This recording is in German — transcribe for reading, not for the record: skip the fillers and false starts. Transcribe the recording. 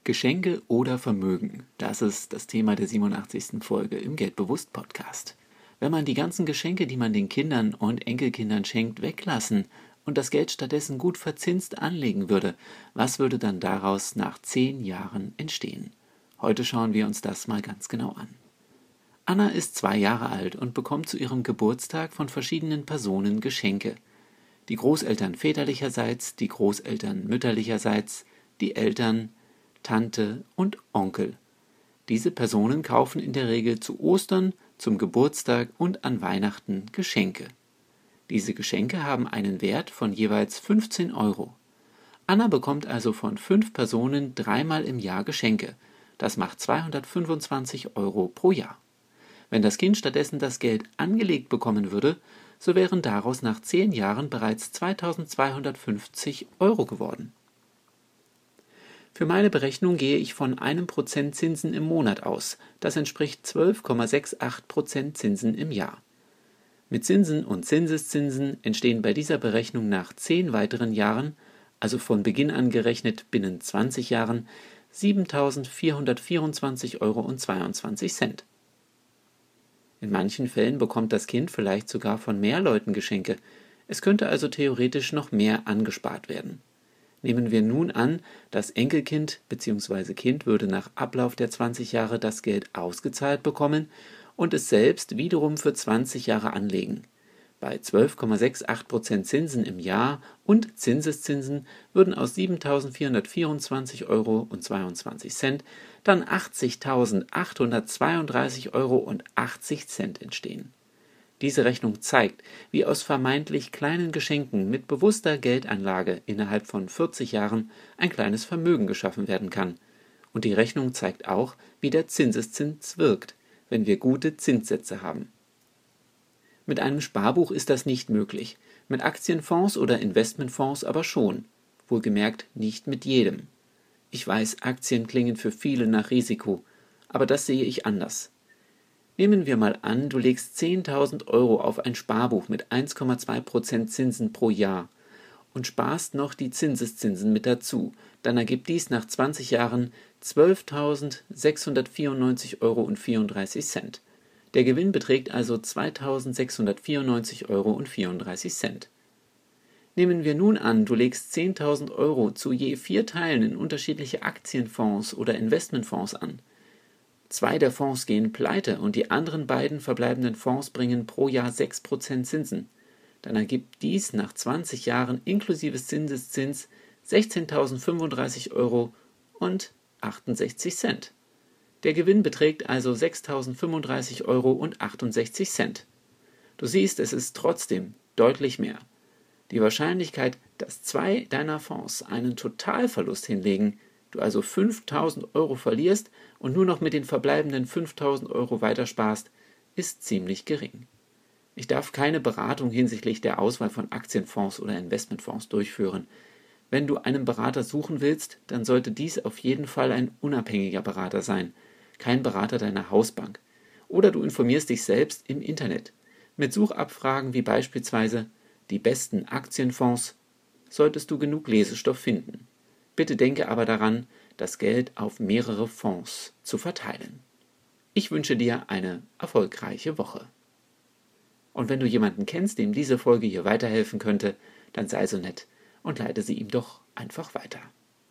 Geschenke oder Vermögen, das ist das Thema der 87. Folge im Geldbewusst-Podcast. Wenn man die ganzen Geschenke, die man den Kindern und Enkelkindern schenkt, weglassen und das Geld stattdessen gut verzinst anlegen würde, was würde dann daraus nach 10 Jahren entstehen? Heute schauen wir uns das mal ganz genau an. Anna ist 2 Jahre alt und bekommt zu ihrem Geburtstag von verschiedenen Personen Geschenke. Die Großeltern väterlicherseits, die Großeltern mütterlicherseits, die Eltern, Tante und Onkel. Diese Personen kaufen in der Regel zu Ostern, zum Geburtstag und an Weihnachten Geschenke. Diese Geschenke haben einen Wert von jeweils 15 Euro. Anna bekommt also von 5 Personen 3-mal im Jahr Geschenke. Das macht 225 Euro pro Jahr. Wenn das Kind stattdessen das Geld angelegt bekommen würde, so wären daraus nach 10 Jahren bereits 2250 Euro geworden. Für meine Berechnung gehe ich von 1% Zinsen im Monat aus. Das entspricht 12,68% Zinsen im Jahr. Mit Zinsen und Zinseszinsen entstehen bei dieser Berechnung nach 10 weiteren Jahren, also von Beginn an gerechnet binnen 20 Jahren, 7.424,22 Euro. In manchen Fällen bekommt das Kind vielleicht sogar von mehr Leuten Geschenke. Es könnte also theoretisch noch mehr angespart werden. Nehmen wir nun an, das Enkelkind bzw. Kind würde nach Ablauf der 20 Jahre das Geld ausgezahlt bekommen und es selbst wiederum für 20 Jahre anlegen. Bei 12,68% Zinsen im Jahr und Zinseszinsen würden aus 7.424,22 Euro dann 80.832,80 Euro entstehen. Diese Rechnung zeigt, wie aus vermeintlich kleinen Geschenken mit bewusster Geldanlage innerhalb von 40 Jahren ein kleines Vermögen geschaffen werden kann. Und die Rechnung zeigt auch, wie der Zinseszins wirkt, wenn wir gute Zinssätze haben. Mit einem Sparbuch ist das nicht möglich, mit Aktienfonds oder Investmentfonds aber schon. Wohlgemerkt nicht mit jedem. Ich weiß, Aktien klingen für viele nach Risiko, aber das sehe ich anders. Nehmen wir mal an, du legst 10.000 Euro auf ein Sparbuch mit 1,2% Zinsen pro Jahr und sparst noch die Zinseszinsen mit dazu. Dann ergibt dies nach 20 Jahren 12.694,34 Euro. Der Gewinn beträgt also 2.694,34 Euro. Nehmen wir nun an, du legst 10.000 Euro zu je 4 Teilen in unterschiedliche Aktienfonds oder Investmentfonds an. 2 der Fonds gehen pleite und die anderen beiden verbleibenden Fonds bringen pro Jahr 6% Zinsen. Dann ergibt dies nach 20 Jahren inklusive Zinseszins 16.035,68 Euro. Der Gewinn beträgt also 6.035,68 Euro. Du siehst, es ist trotzdem deutlich mehr. Die Wahrscheinlichkeit, dass 2 deiner Fonds einen Totalverlust hinlegen, du also 5.000 Euro verlierst und nur noch mit den verbleibenden 5.000 Euro weitersparst, ist ziemlich gering. Ich darf keine Beratung hinsichtlich der Auswahl von Aktienfonds oder Investmentfonds durchführen. Wenn du einen Berater suchen willst, dann sollte dies auf jeden Fall ein unabhängiger Berater sein, kein Berater deiner Hausbank. Oder du informierst dich selbst im Internet. Mit Suchabfragen wie beispielsweise die besten Aktienfonds solltest du genug Lesestoff finden. Bitte denke aber daran, das Geld auf mehrere Fonds zu verteilen. Ich wünsche dir eine erfolgreiche Woche. Und wenn du jemanden kennst, dem diese Folge hier weiterhelfen könnte, dann sei so nett und leite sie ihm doch einfach weiter.